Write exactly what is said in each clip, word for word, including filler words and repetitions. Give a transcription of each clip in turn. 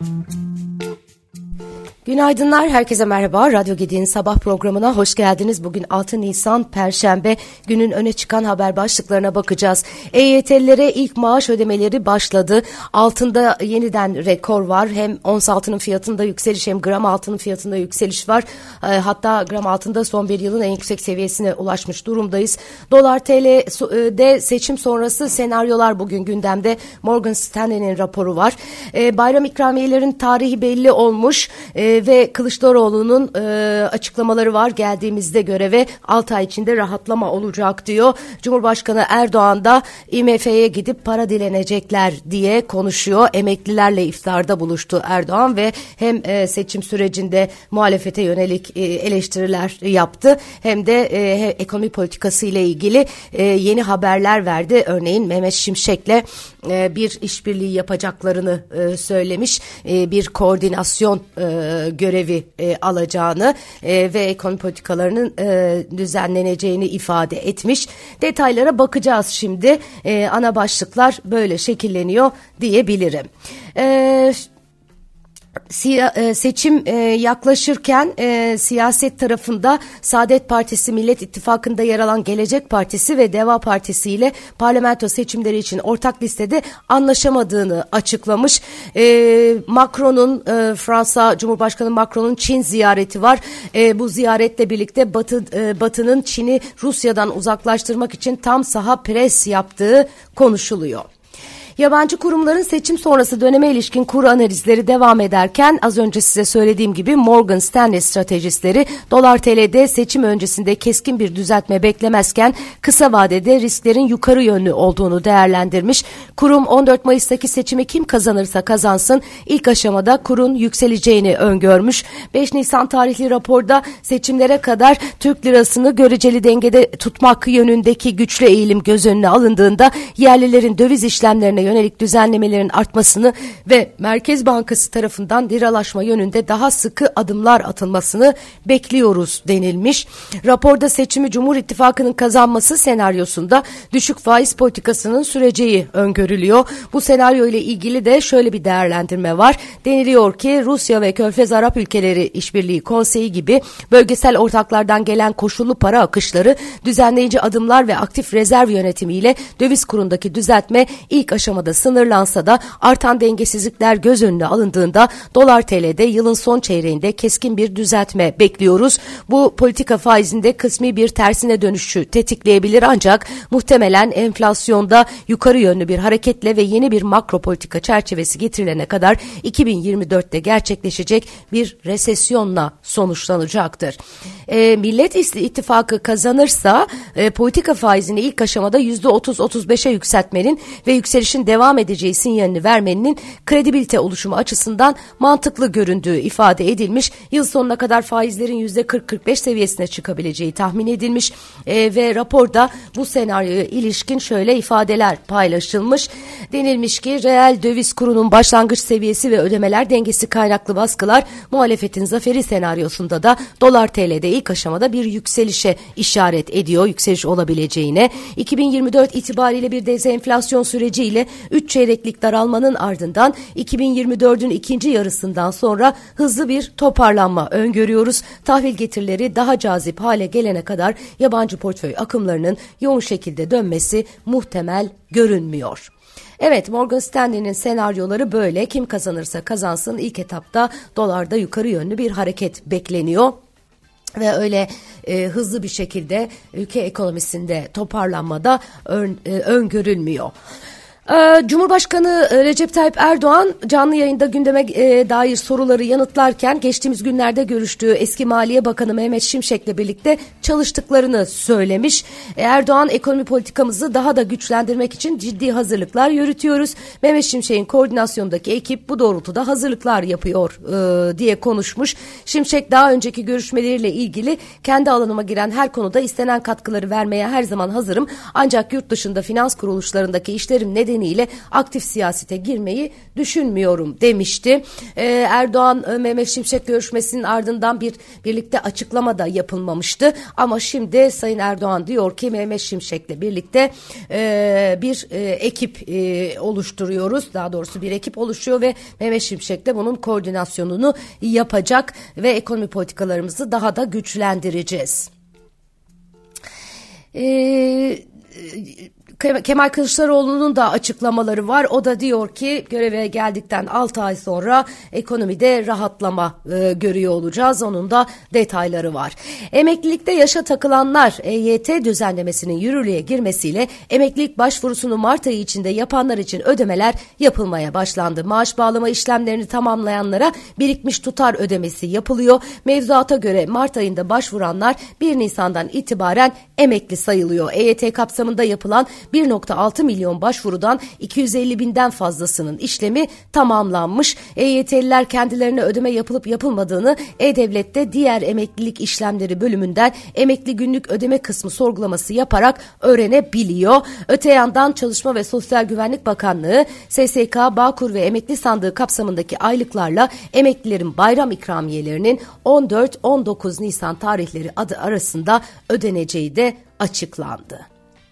Günaydınlar, herkese merhaba. Radyo Gedi'nin sabah programına hoş geldiniz. Bugün altı Nisan Perşembe, günün öne çıkan haber başlıklarına bakacağız. E Y T'lilere ilk maaş ödemeleri başladı. Altında yeniden rekor var. Hem ons altının fiyatında yükseliş hem gram altının fiyatında yükseliş var. Hatta gram altında son bir yılın en yüksek seviyesine ulaşmış durumdayız. Dolar T L'de seçim sonrası senaryolar bugün gündemde. Morgan Stanley'nin raporu var. Bayram ikramiyelerin tarihi belli olmuş. Ve Kılıçdaroğlu'nun e, açıklamaları var. Geldiğimizde göreve altı ay içinde rahatlama olacak diyor. Cumhurbaşkanı Erdoğan da I M F'ye gidip para dilenecekler diye konuşuyor. Emeklilerle iftarda buluştu Erdoğan ve hem e, seçim sürecinde muhalefete yönelik e, eleştiriler yaptı. Hem de e, ekonomi politikası ile ilgili e, yeni haberler verdi. Örneğin Mehmet Şimşek'le e, bir işbirliği yapacaklarını e, söylemiş. E, bir koordinasyon e, görevi e, alacağını e, ve ekonomi politikalarının e, düzenleneceğini ifade etmiş. Detaylara bakacağız şimdi. E, ana başlıklar böyle şekilleniyor diyebilirim. E, Seçim yaklaşırken siyaset tarafında Saadet Partisi, Millet İttifakı'nda yer alan Gelecek Partisi ve Deva Partisi ile parlamento seçimleri için ortak listede anlaşamadığını açıklamış. Macron'un, Fransa Cumhurbaşkanı Macron'un Çin ziyareti var. Bu ziyaretle birlikte Batı, Batı'nın Çin'i Rusya'dan uzaklaştırmak için tam saha pres yaptığı konuşuluyor. Yabancı kurumların seçim sonrası döneme ilişkin kur analizleri devam ederken az önce size söylediğim gibi Morgan Stanley stratejistleri dolar T L'de seçim öncesinde keskin bir düzeltme beklemezken kısa vadede risklerin yukarı yönlü olduğunu değerlendirmiş. Kurum on dört Mayıs'taki seçimi kim kazanırsa kazansın ilk aşamada kurun yükseleceğini öngörmüş. beş Nisan tarihli raporda seçimlere kadar Türk lirasını göreceli dengede tutmak yönündeki güçlü eğilim göz önüne alındığında yerlilerin döviz işlemlerine yönelik düzenlemelerin artmasını ve Merkez Bankası tarafından liralaşma yönünde daha sıkı adımlar atılmasını bekliyoruz denilmiş. Raporda seçimi Cumhur İttifakı'nın kazanması senaryosunda düşük faiz politikasının süreceği öngörülüyor. Bu senaryo ile ilgili de şöyle bir değerlendirme var. Deniliyor ki Rusya ve Körfez Arap Ülkeleri İşbirliği Konseyi gibi bölgesel ortaklardan gelen koşullu para akışları, düzenleyici adımlar ve aktif rezerv yönetimiyle döviz kurundaki düzeltme ilk aşamada sınırlansa da artan dengesizlikler göz önüne alındığında dolar T L'de yılın son çeyreğinde keskin bir düzeltme bekliyoruz. Bu politika faizinde kısmi bir tersine dönüşü tetikleyebilir ancak muhtemelen enflasyonda yukarı yönlü bir hareketle ve yeni bir makro politika çerçevesi getirilene kadar iki bin yirmi dörtte gerçekleşecek bir resesyonla sonuçlanacaktır. E, Millet İttifakı kazanırsa e, politika faizini ilk aşamada yüzde otuz otuz beşe yükseltmenin ve yükselişin devam edeceği sinyalini vermenin kredibilite oluşumu açısından mantıklı göründüğü ifade edilmiş. Yıl sonuna kadar faizlerin yüzde kırk kırk beş seviyesine çıkabileceği tahmin edilmiş e, ve raporda bu senaryoya ilişkin şöyle ifadeler paylaşılmış. Denilmiş ki reel döviz kurunun başlangıç seviyesi ve ödemeler dengesi kaynaklı baskılar muhalefetin zaferi senaryosunda da dolar T L'de ilk aşamada bir yükselişe işaret ediyor, yükseliş olabileceğine. iki bin yirmi dört itibariyle bir dezenflasyon süreciyle üç çeyreklik daralmanın ardından iki bin yirmi dördün ikinci yarısından sonra hızlı bir toparlanma öngörüyoruz. Tahvil getirileri daha cazip hale gelene kadar yabancı portföy akımlarının yoğun şekilde dönmesi muhtemel görünmüyor. Evet, Morgan Stanley'nin senaryoları böyle. Kim kazanırsa kazansın ilk etapta dolarda yukarı yönlü bir hareket bekleniyor. Ve öyle e, hızlı bir şekilde ülke ekonomisinde toparlanmada ön, e, öngörülmüyor. Cumhurbaşkanı Recep Tayyip Erdoğan canlı yayında gündeme dair soruları yanıtlarken geçtiğimiz günlerde görüştüğü eski Maliye Bakanı Mehmet Şimşek'le birlikte çalıştıklarını söylemiş. Erdoğan ekonomi politikamızı daha da güçlendirmek için ciddi hazırlıklar yürütüyoruz. Mehmet Şimşek'in koordinasyondaki ekip bu doğrultuda hazırlıklar yapıyor e, diye konuşmuş. Şimşek daha önceki görüşmeleriyle ilgili kendi alanıma giren her konuda istenen katkıları vermeye her zaman hazırım. Ancak yurt dışında finans kuruluşlarındaki işlerim nedeniyle nedeniyle aktif siyasete girmeyi düşünmüyorum demişti. Ee, Erdoğan Mehmet Şimşek görüşmesinin ardından bir birlikte açıklama da yapılmamıştı. Ama şimdi Sayın Erdoğan diyor ki Mehmet Şimşek'le birlikte e, bir e, ekip e, oluşturuyoruz. Daha doğrusu bir ekip oluşuyor ve Mehmet Şimşek de bunun koordinasyonunu yapacak ve ekonomi politikalarımızı daha da güçlendireceğiz. Eee Kemal Kılıçdaroğlu'nun da açıklamaları var. O da diyor ki göreve geldikten altı ay sonra ekonomide rahatlama e, görüyor olacağız. Onun da detayları var. Emeklilikte yaşa takılanlar E Y T düzenlemesinin yürürlüğe girmesiyle emeklilik başvurusunu Mart ayı içinde yapanlar için ödemeler yapılmaya başlandı. Maaş bağlama işlemlerini tamamlayanlara birikmiş tutar ödemesi yapılıyor. Mevzuata göre Mart ayında başvuranlar bir Nisan'dan itibaren emekli sayılıyor. E Y T kapsamında yapılan bir virgül altı milyon başvurudan iki yüz elli binden fazlasının işlemi tamamlanmış. E Y T'liler kendilerine ödeme yapılıp yapılmadığını E-Devlet'te diğer emeklilik işlemleri bölümünden emekli günlük ödeme kısmı sorgulaması yaparak öğrenebiliyor. Öte yandan Çalışma ve Sosyal Güvenlik Bakanlığı S S K, Bağkur ve Emekli Sandığı kapsamındaki aylıklarla emeklilerin bayram ikramiyelerinin on dört on dokuz Nisan tarihleri adı arasında ödeneceği de açıklandı.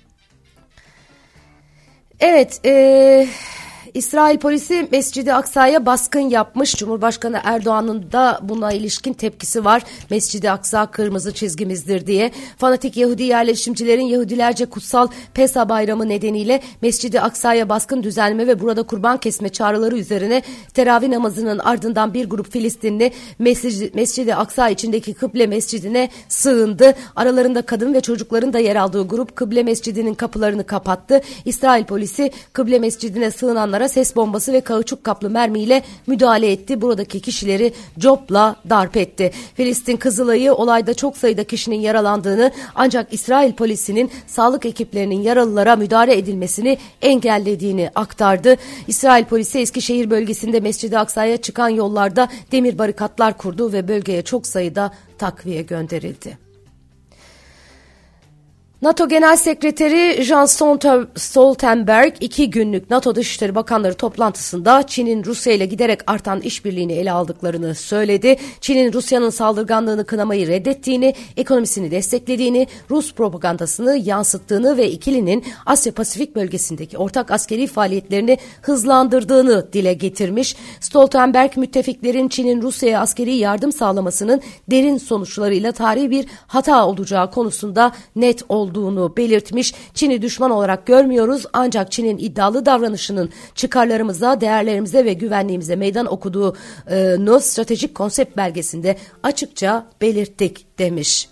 Evet, e, İsrail polisi Mescid-i Aksa'ya baskın yapmış. Cumhurbaşkanı Erdoğan'ın da buna ilişkin tepkisi var. Mescid-i Aksa kırmızı çizgimizdir diye. Fanatik Yahudi yerleşimcilerin Yahudilerce kutsal Pesa bayramı nedeniyle Mescid-i Aksa'ya baskın düzenleme ve burada kurban kesme çağrıları üzerine teravih namazının ardından bir grup Filistinli Mescid-i Aksa içindeki Kıble Mescidine sığındı. Aralarında kadın ve çocukların da yer aldığı grup Kıble Mescidinin kapılarını kapattı. İsrail polisi Kıble Mescidine sığınanlara ses bombası ve kauçuk kaplı mermiyle müdahale etti. Buradaki kişileri copla darp etti. Filistin Kızılay'ı olayda çok sayıda kişinin yaralandığını ancak İsrail polisinin sağlık ekiplerinin yaralılara müdahale edilmesini engellediğini aktardı. İsrail polisi Eskişehir bölgesinde Mescid-i Aksa'ya çıkan yollarda demir barikatlar kurdu ve bölgeye çok sayıda takviye gönderildi. NATO Genel Sekreteri Jens Stoltenberg iki günlük NATO Dışişleri Bakanları toplantısında Çin'in Rusya ile giderek artan işbirliğini ele aldıklarını söyledi. Çin'in Rusya'nın saldırganlığını kınamayı reddettiğini, ekonomisini desteklediğini, Rus propagandasını yansıttığını ve ikilinin Asya Pasifik bölgesindeki ortak askeri faaliyetlerini hızlandırdığını dile getirmiş. Stoltenberg müttefiklerin Çin'in Rusya'ya askeri yardım sağlamasının derin sonuçlarıyla tarihi bir hata olacağı konusunda net oldu. olduğunu belirtmiş. Çin'i düşman olarak görmüyoruz ancak Çin'in iddialı davranışının çıkarlarımıza, değerlerimize ve güvenliğimize meydan okuduğunu stratejik konsept belgesinde açıkça belirttik demiş.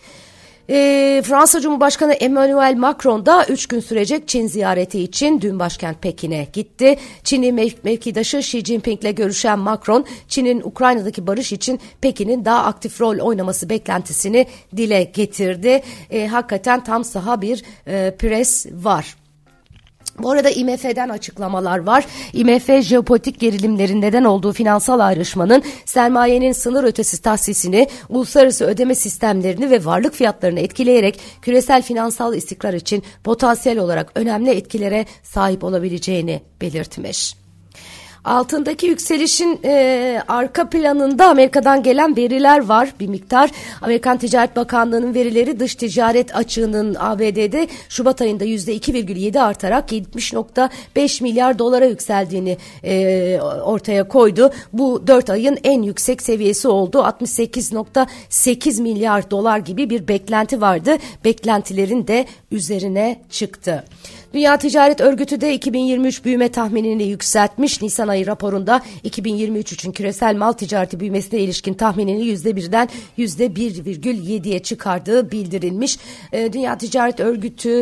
E, Fransa Cumhurbaşkanı Emmanuel Macron da üç gün sürecek Çin ziyareti için dün başkent Pekin'e gitti. Çinli mev- mevkidaşı Xi Jinping'le görüşen Macron, Çin'in Ukrayna'daki barış için Pekin'in daha aktif rol oynaması beklentisini dile getirdi. E, hakikaten tam saha bir e, pres var. Bu arada I M F'den açıklamalar var. I M F jeopolitik gerilimlerin neden olduğu finansal ayrışmanın sermayenin sınır ötesi tahsisini, uluslararası ödeme sistemlerini ve varlık fiyatlarını etkileyerek küresel finansal istikrar için potansiyel olarak önemli etkilere sahip olabileceğini belirtmiş. Altındaki yükselişin e, arka planında Amerika'dan gelen veriler var bir miktar. Amerikan Ticaret Bakanlığı'nın verileri dış ticaret açığının A B D'de Şubat ayında yüzde iki virgül yedi artarak yetmiş virgül beş milyar dolara yükseldiğini e, ortaya koydu. Bu dört ayın en yüksek seviyesi oldu. altmış sekiz virgül sekiz milyar dolar gibi bir beklenti vardı. Beklentilerin de üzerine çıktı. Dünya Ticaret Örgütü de iki bin yirmi üç büyüme tahminini yükseltmiş. Nisan ayı raporunda iki bin yirmi üç için küresel mal ticareti büyümesine ilişkin tahminini yüzde birden yüzde bir virgül yediye çıkardığı bildirilmiş. Dünya Ticaret Örgütü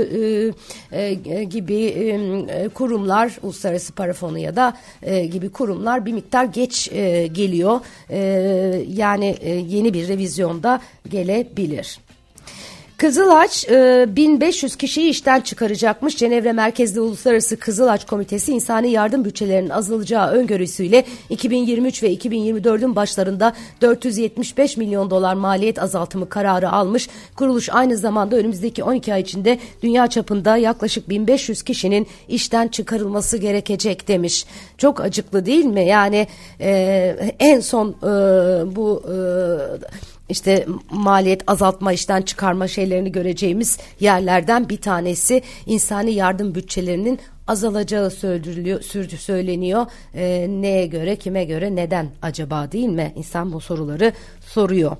gibi kurumlar, Uluslararası Para Fonu ya da gibi kurumlar bir miktar geç geliyor. Yani yeni bir revizyonda gelebilir. Kızılaç bin beş yüz kişiyi işten çıkaracakmış. Cenevre merkezli Uluslararası Kızılaç Komitesi insani yardım bütçelerinin azalacağı öngörüsüyle iki bin yirmi üç ve iki bin yirmi dördün başlarında dört yüz yetmiş beş milyon dolar maliyet azaltımı kararı almış. Kuruluş aynı zamanda önümüzdeki on iki ay içinde dünya çapında yaklaşık bin beş yüz kişinin işten çıkarılması gerekecek demiş. Çok acıklı değil mi? Yani e, en son e, bu e, İşte maliyet azaltma, işten çıkarma şeylerini göreceğimiz yerlerden bir tanesi. İnsani yardım bütçelerinin azalacağı söyleniyor. söyleniyor. E, neye göre, kime göre, neden acaba, değil mi? İnsan bu soruları soruyor.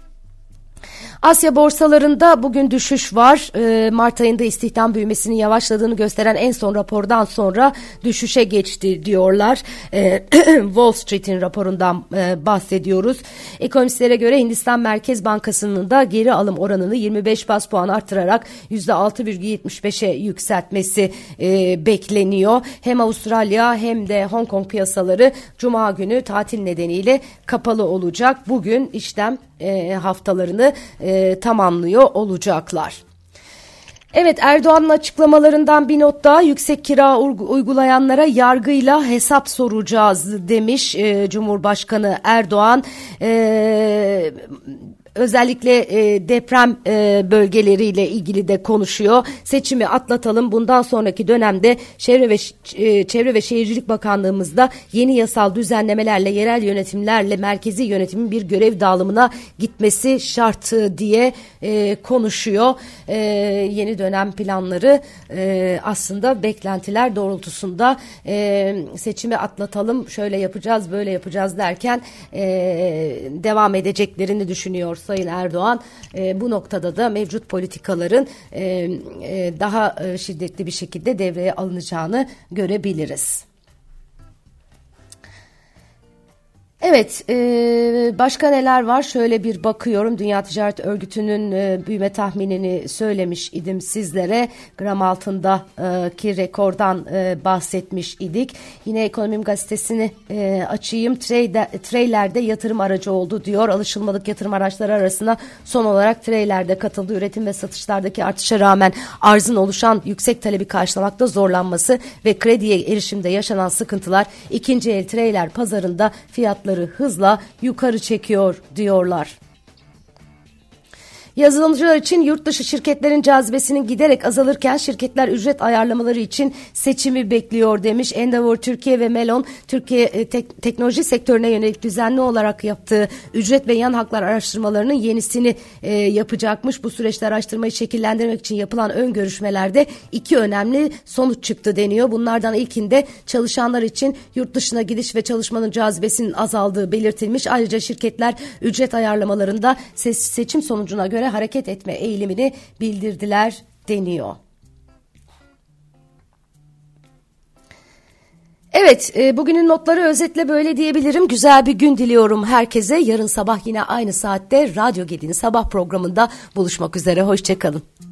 Asya borsalarında bugün düşüş var. E, Mart ayında istihdam büyümesinin yavaşladığını gösteren en son rapordan sonra düşüşe geçti diyorlar. E, Wall Street'in raporundan e, bahsediyoruz. Ekonomistlere göre Hindistan Merkez Bankası'nın da geri alım oranını yirmi beş baz puan artırarak yüzde altı virgül yetmiş beşe yükseltmesi e, bekleniyor. Hem Avustralya hem de Hong Kong piyasaları Cuma günü tatil nedeniyle kapalı olacak. Bugün işlem e, haftalarını e, tamamlıyor olacaklar. Evet, Erdoğan'ın açıklamalarından bir not daha. Yüksek kira uygulayanlara yargıyla hesap soracağız demiş e, Cumhurbaşkanı Erdoğan. E, Özellikle e, deprem e, bölgeleriyle ilgili de konuşuyor. Seçimi atlatalım. Bundan sonraki dönemde Çevre ve e, Çevre ve Şehircilik Bakanlığımızda yeni yasal düzenlemelerle, yerel yönetimlerle merkezi yönetimin bir görev dağılımına gitmesi şart diye e, konuşuyor. E, yeni dönem planları e, aslında beklentiler doğrultusunda e, seçimi atlatalım, şöyle yapacağız, böyle yapacağız derken e, devam edeceklerini düşünüyor Sayın Erdoğan. E, bu noktada da mevcut politikaların e, e, daha e, şiddetli bir şekilde devreye alınacağını görebiliriz. Evet, e, başka neler var? Şöyle bir bakıyorum. Dünya Ticaret Örgütü'nün e, büyüme tahminini söylemiş idim sizlere. Gram altındaki rekordan e, bahsetmiş idik. Yine Ekonomim Gazetesi'ni e, açayım. Trade, Treyler'de yatırım aracı oldu diyor. Alışılmadık yatırım araçları arasına son olarak Treyler'de katıldı. Üretim ve satışlardaki artışa rağmen arzın oluşan yüksek talebi karşılamakta zorlanması ve krediye erişimde yaşanan sıkıntılar ikinci el Treyler pazarında fiyatları hızla yukarı çekiyor diyorlar. Yazılımcılar için yurt dışı şirketlerin cazibesinin giderek azalırken şirketler ücret ayarlamaları için seçimi bekliyor demiş. Endeavor Türkiye ve Melon Türkiye tek, teknoloji sektörüne yönelik düzenli olarak yaptığı ücret ve yan haklar araştırmalarının yenisini e, yapacakmış. Bu süreçte araştırmayı şekillendirmek için yapılan ön görüşmelerde iki önemli sonuç çıktı deniyor. Bunlardan ilkinde çalışanlar için yurt dışına gidiş ve çalışmanın cazibesinin azaldığı belirtilmiş. Ayrıca şirketler ücret ayarlamalarında ses, seçim sonucuna göre hareket etme eğilimini bildirdiler deniyor. Evet, e, bugünün notları özetle böyle diyebilirim. Güzel bir gün diliyorum herkese. Yarın sabah yine aynı saatte Radyo Gedi'nin sabah programında buluşmak üzere. Hoşçakalın.